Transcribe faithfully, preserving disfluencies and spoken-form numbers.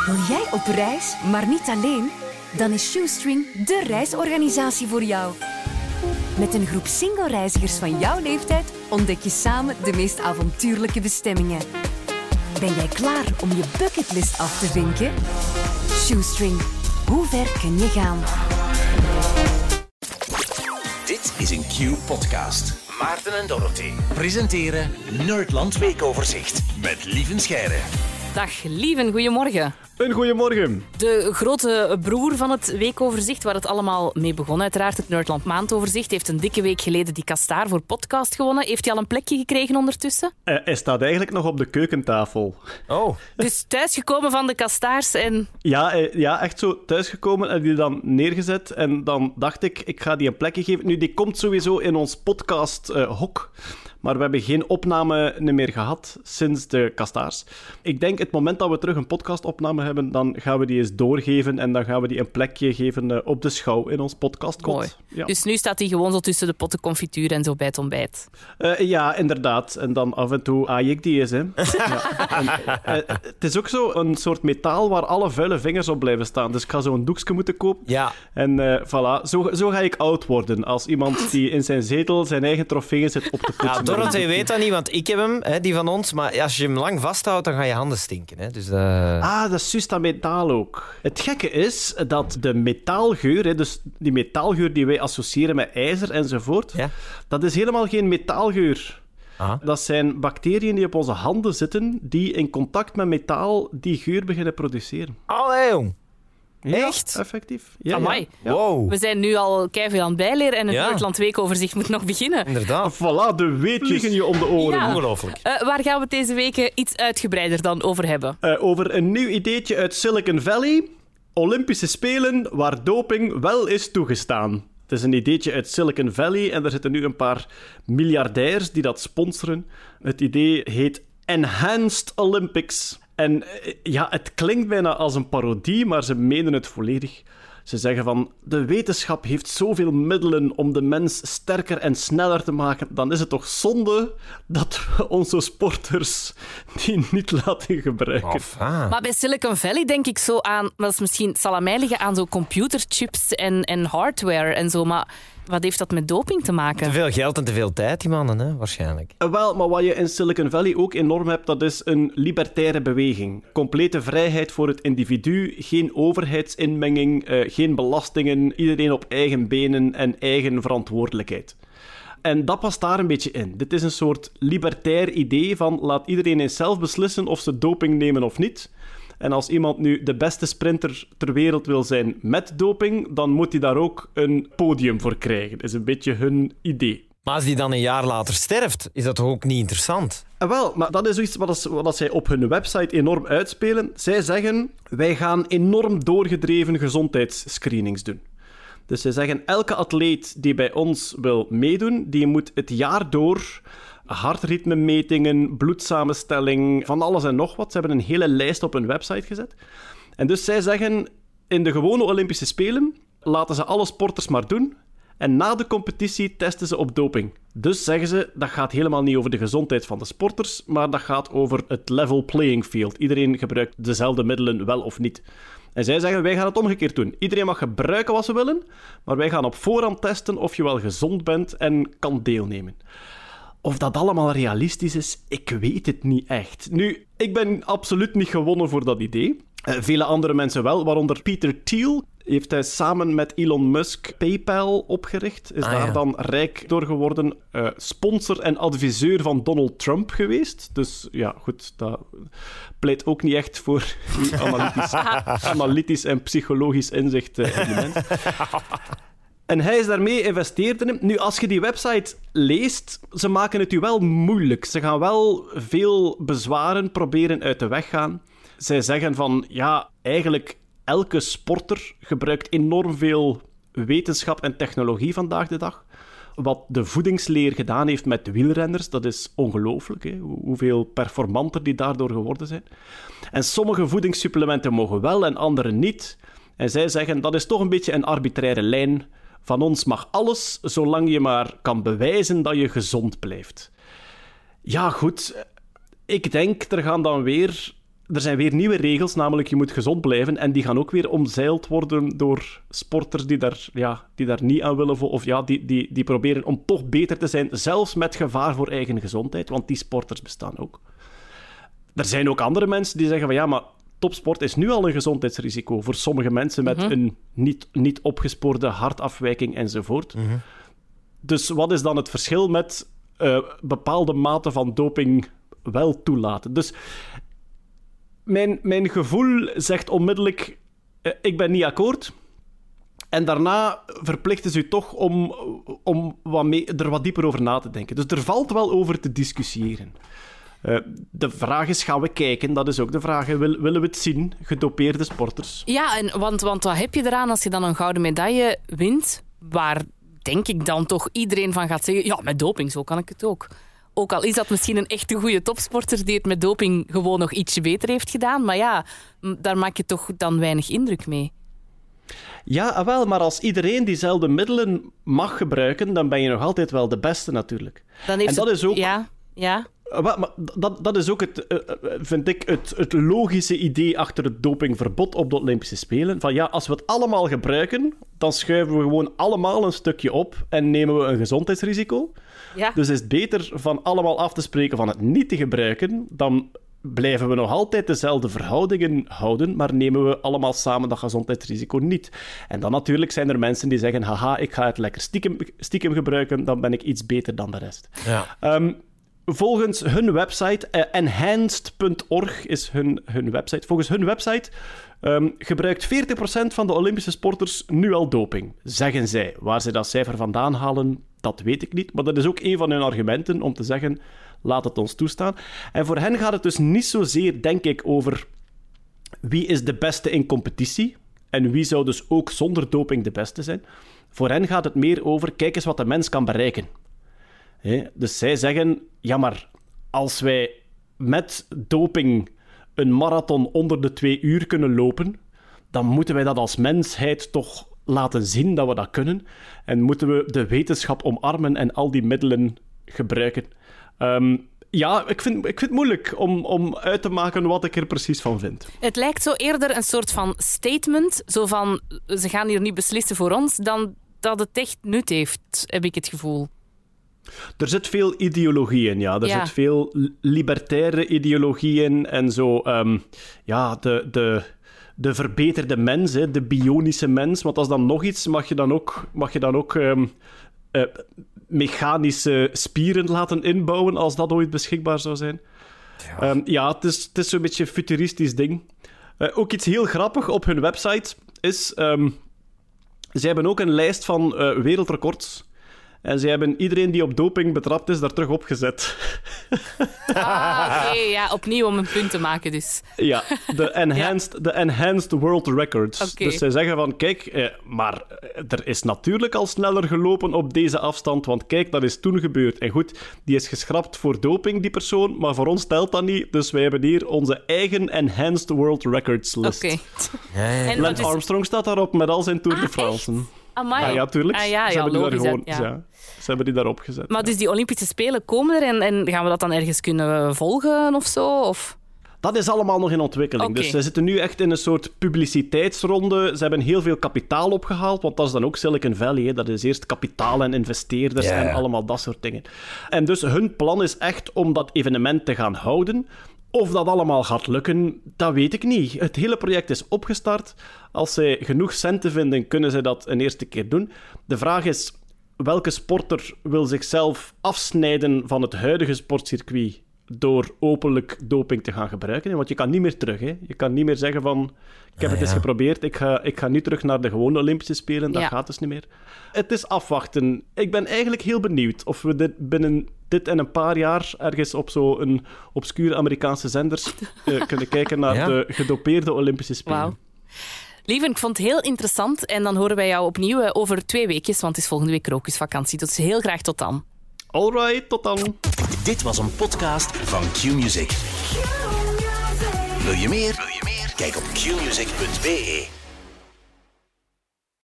Wil jij op reis, maar niet alleen? Dan is Shoestring de reisorganisatie voor jou. Met een groep single-reizigers van jouw leeftijd ontdek je samen de meest avontuurlijke bestemmingen. Ben jij klaar om je bucketlist af te vinken? Shoestring. Hoe ver kun je gaan? Dit is een Q-podcast. Maarten en Dorothy presenteren Nerdland Weekoverzicht met Lieven Scheire. Dag Lieven, goedemorgen. Een goeiemorgen. De grote broer van het weekoverzicht, waar het allemaal mee begon uiteraard, het Nerdland Maandoverzicht, heeft een dikke week geleden die Kastaar voor podcast gewonnen. Heeft hij al een plekje gekregen ondertussen? Uh, hij staat eigenlijk nog op de keukentafel. Oh. Dus thuisgekomen van de Kastaars en... Ja, uh, ja, echt zo thuisgekomen en die dan neergezet. En dan dacht ik, ik ga die een plekje geven. Nu, die komt sowieso in ons podcast-hok. Uh, maar we hebben geen opname meer gehad sinds de Kastaars. Ik denk, het moment dat we terug een podcastopname hebben, dan gaan we die eens doorgeven en dan gaan we die een plekje geven uh, op de schouw in ons podcastkot. Mooi. Ja. Dus nu staat hij gewoon zo tussen de potten confituur en zo bij het ontbijt. Uh, ja, inderdaad. En dan af en toe aai ik die eens. Hè. Ja. En, uh, het is ook zo een soort metaal waar alle vuile vingers op blijven staan. Dus ik ga zo'n doekje moeten kopen. Ja. En uh, voilà, zo, zo ga ik oud worden. Als iemand die in zijn zetel zijn eigen trofeeën zit op te poetsen. Ja, Dorothy weet dat niet, want ik heb hem, hè, die van ons. Maar als je hem lang vasthoudt, dan gaan je handen stinken. Hè. Dus, uh... Ah, dat is juist dat metaal ook. Het gekke is dat de metaalgeur, hè, dus die metaalgeur die wij associëren met ijzer enzovoort, ja? dat is helemaal geen metaalgeur. Ah. Dat zijn bacteriën die op onze handen zitten, die in contact met metaal die geur beginnen produceren. Allee, jong. Ja, echt? Effectief. Ja, Amai. ja. Wow. We zijn nu al keiveel aan het bijleren en het Ja. Nerdland Weekoverzicht moet nog beginnen. Inderdaad. Voilà, de weetjes vliegen je om de oren. Ja. Ongelooflijk. Uh, waar gaan we het deze week iets uitgebreider dan over hebben? Uh, over een nieuw ideetje uit Silicon Valley. Olympische Spelen waar doping wel is toegestaan. Het is een ideetje uit Silicon Valley en er zitten nu een paar miljardairs die dat sponsoren. Het idee heet Enhanced Olympics. En ja, het klinkt bijna als een parodie, maar ze menen het volledig. Ze zeggen van, de wetenschap heeft zoveel middelen om de mens sterker en sneller te maken. Dan is het toch zonde dat we onze sporters die niet laten gebruiken. Enfin. Maar bij Silicon Valley denk ik zo aan... Dat is misschien zal aan mij liggen aan zo computerchips en, en hardware en zo, maar... Wat heeft dat met doping te maken? Te veel geld en te veel tijd, die mannen, hè? Waarschijnlijk. Wel, maar wat je in Silicon Valley ook enorm hebt, dat is een libertaire beweging. Complete vrijheid voor het individu, geen overheidsinmenging, uh, geen belastingen, iedereen op eigen benen en eigen verantwoordelijkheid. En dat past daar een beetje in. Dit is een soort libertair idee van laat iedereen eens zelf beslissen of ze doping nemen of niet. En als iemand nu de beste sprinter ter wereld wil zijn met doping, dan moet hij daar ook een podium voor krijgen. Dat is een beetje hun idee. Maar als die dan een jaar later sterft, is dat toch ook niet interessant? En wel, maar dat is iets wat, wat zij op hun website enorm uitspelen. Zij zeggen, wij gaan enorm doorgedreven gezondheidsscreenings doen. Dus zij zeggen, elke atleet die bij ons wil meedoen, die moet het jaar door... hartritmemetingen, bloedsamenstelling, van alles en nog wat. Ze hebben een hele lijst op hun website gezet. En dus zij zeggen, in de gewone Olympische Spelen laten ze alle sporters maar doen. En na de competitie testen ze op doping. Dus zeggen ze, dat gaat helemaal niet over de gezondheid van de sporters, maar dat gaat over het level playing field. Iedereen gebruikt dezelfde middelen, wel of niet. En zij zeggen, wij gaan het omgekeerd doen. Iedereen mag gebruiken wat ze willen, maar wij gaan op voorhand testen of je wel gezond bent en kan deelnemen. Of dat allemaal realistisch is, ik weet het niet echt. Nu, ik ben absoluut niet gewonnen voor dat idee. Uh, vele andere mensen wel, waaronder Peter Thiel. Heeft hij samen met Elon Musk PayPal opgericht. Is ah, daar ja. dan rijk door geworden. Uh, sponsor en adviseur van Donald Trump geweest. Dus ja, goed, dat pleit ook niet echt voor analytisch, analytisch en psychologisch inzicht uh, in de mens. En hij is daarmee investeerder in. Nu, als je die website leest, ze maken het u wel moeilijk. Ze gaan wel veel bezwaren proberen uit de weg gaan. Zij zeggen van, ja, eigenlijk elke sporter gebruikt enorm veel wetenschap en technologie vandaag de dag. Wat de voedingsleer gedaan heeft met wielrenners, dat is ongelooflijk, hè? Hoeveel performanter die daardoor geworden zijn. En sommige voedingssupplementen mogen wel en andere niet. En zij zeggen, dat is toch een beetje een arbitraire lijn. Van ons mag alles, zolang je maar kan bewijzen dat je gezond blijft. Ja, goed. Ik denk, er gaan dan weer er zijn weer nieuwe regels, namelijk je moet gezond blijven. En die gaan ook weer omzeild worden door sporters die daar, ja, die daar niet aan willen... Of ja, die, die, die proberen om toch beter te zijn, zelfs met gevaar voor eigen gezondheid. Want die sporters bestaan ook. Er zijn ook andere mensen die zeggen van ja, maar topsport is nu al een gezondheidsrisico voor sommige mensen met mm-hmm. een niet, niet opgespoorde hartafwijking enzovoort. Mm-hmm. Dus wat is dan het verschil met uh, bepaalde mate van doping wel toelaten? Dus mijn, mijn gevoel zegt onmiddellijk, uh, ik ben niet akkoord. En daarna verplichten ze u toch om, om wat mee, er wat dieper over na te denken. Dus er valt wel over te discussiëren. Uh, de vraag is, gaan we kijken? Dat is ook de vraag. Wil, willen we het zien? Gedopeerde sporters. Ja, en, want, want wat heb je eraan als je dan een gouden medaille wint, waar denk ik dan toch iedereen van gaat zeggen, ja, met doping, zo kan ik het ook. Ook al is dat misschien een echte goede topsporter die het met doping gewoon nog ietsje beter heeft gedaan, maar ja, daar maak je toch dan weinig indruk mee. Ja, wel, maar als iedereen diezelfde middelen mag gebruiken, dan ben je nog altijd wel de beste natuurlijk. Dan heeft en dat het... is ook... Ja, ja. Maar, maar dat, dat is ook, het, uh, vind ik, het, het logische idee achter het dopingverbod op de Olympische Spelen. Van ja, als we het allemaal gebruiken, dan schuiven we gewoon allemaal een stukje op en nemen we een gezondheidsrisico. Ja. Dus is het beter van allemaal af te spreken van het niet te gebruiken, dan blijven we nog altijd dezelfde verhoudingen houden, maar nemen we allemaal samen dat gezondheidsrisico niet. En dan natuurlijk zijn er mensen die zeggen, haha, ik ga het lekker stiekem, stiekem gebruiken, dan ben ik iets beter dan de rest. Ja. Um, Volgens hun website, uh, enhanced punt org is hun, hun website. Volgens hun website um, gebruikt veertig procent van de Olympische sporters nu al doping, zeggen zij. Waar ze dat cijfer vandaan halen, dat weet ik niet. Maar dat is ook een van hun argumenten om te zeggen, laat het ons toestaan. En voor hen gaat het dus niet zozeer, denk ik, over wie is de beste in competitie en wie zou dus ook zonder doping de beste zijn. Voor hen gaat het meer over, kijk eens wat de mens kan bereiken. He, dus zij zeggen, ja, maar als wij met doping een marathon onder de twee uur kunnen lopen, dan moeten wij dat als mensheid toch laten zien dat we dat kunnen. En moeten we de wetenschap omarmen en al die middelen gebruiken. Um, ja, ik vind, ik vind het moeilijk om, om uit te maken wat ik er precies van vind. Het lijkt zo eerder een soort van statement, zo van, ze gaan hier niet beslissen voor ons, dan dat het echt nut heeft, heb ik het gevoel. Er zit veel ideologie in, ja. Er ja. zit veel libertaire ideologie in en zo... Um, ja, de, de, de verbeterde mens, hè, de bionische mens. Want als dan nog iets, mag je dan ook, mag je dan ook um, uh, mechanische spieren laten inbouwen, als dat ooit beschikbaar zou zijn. Ja, um, ja het is, het is zo'n beetje een futuristisch ding. Uh, ook iets heel grappig op hun website is... Um, ze hebben ook een lijst van uh, wereldrecords. En ze hebben iedereen die op doping betrapt is, daar terug opgezet. Ah, oké. Okay, ja, opnieuw om een punt te maken dus. Ja, de enhanced, ja. enhanced world records. Okay. Dus zij zeggen van, kijk, eh, maar er is natuurlijk al sneller gelopen op deze afstand, want kijk, dat is toen gebeurd. En goed, die is geschrapt voor doping, die persoon, maar voor ons telt dat niet. Dus wij hebben hier onze eigen enhanced world records list. Oké. Ja, ja, ja. Lance Armstrong staat daarop met al zijn Tour ah, de France. Amai. Ah, ja, tuurlijk. Ah, ja, ze, ja, hebben die daar gewoon, ja. ja, ze hebben die daarop gezet. Maar ja. dus die Olympische Spelen komen er en, en gaan we dat dan ergens kunnen volgen of zo? Of... Dat is allemaal nog in ontwikkeling. Okay. Dus ze zitten nu echt in een soort publiciteitsronde. Ze hebben heel veel kapitaal opgehaald, want dat is dan ook Silicon Valley. Hè. Dat is eerst kapitaal en investeerders yeah. en allemaal dat soort dingen. En dus hun plan is echt om dat evenement te gaan houden. Of dat allemaal gaat lukken, dat weet ik niet. Het hele project is opgestart. Als zij genoeg centen vinden, kunnen zij dat een eerste keer doen. De vraag is, welke sporter wil zichzelf afsnijden van het huidige sportcircuit door openlijk doping te gaan gebruiken? Want je kan niet meer terug. Hè? Je kan niet meer zeggen van, ik heb ah, het eens ja. geprobeerd, ik ga, ik ga nu terug naar de gewone Olympische Spelen. Dat ja. gaat dus niet meer. Het is afwachten. Ik ben eigenlijk heel benieuwd of we dit binnen dit en een paar jaar ergens op zo'n obscure Amerikaanse zenders uh, kunnen kijken naar ja. de gedopeerde Olympische Spelen. Wauw. Lieven, ik vond het heel interessant en dan horen wij jou opnieuw over twee weekjes, want het is volgende week krokusvakantie. Dus heel graag tot dan. Alright, tot dan. Dit was een podcast van Q-Music. Wil je meer? Wil je meer? Kijk op q music punt b e.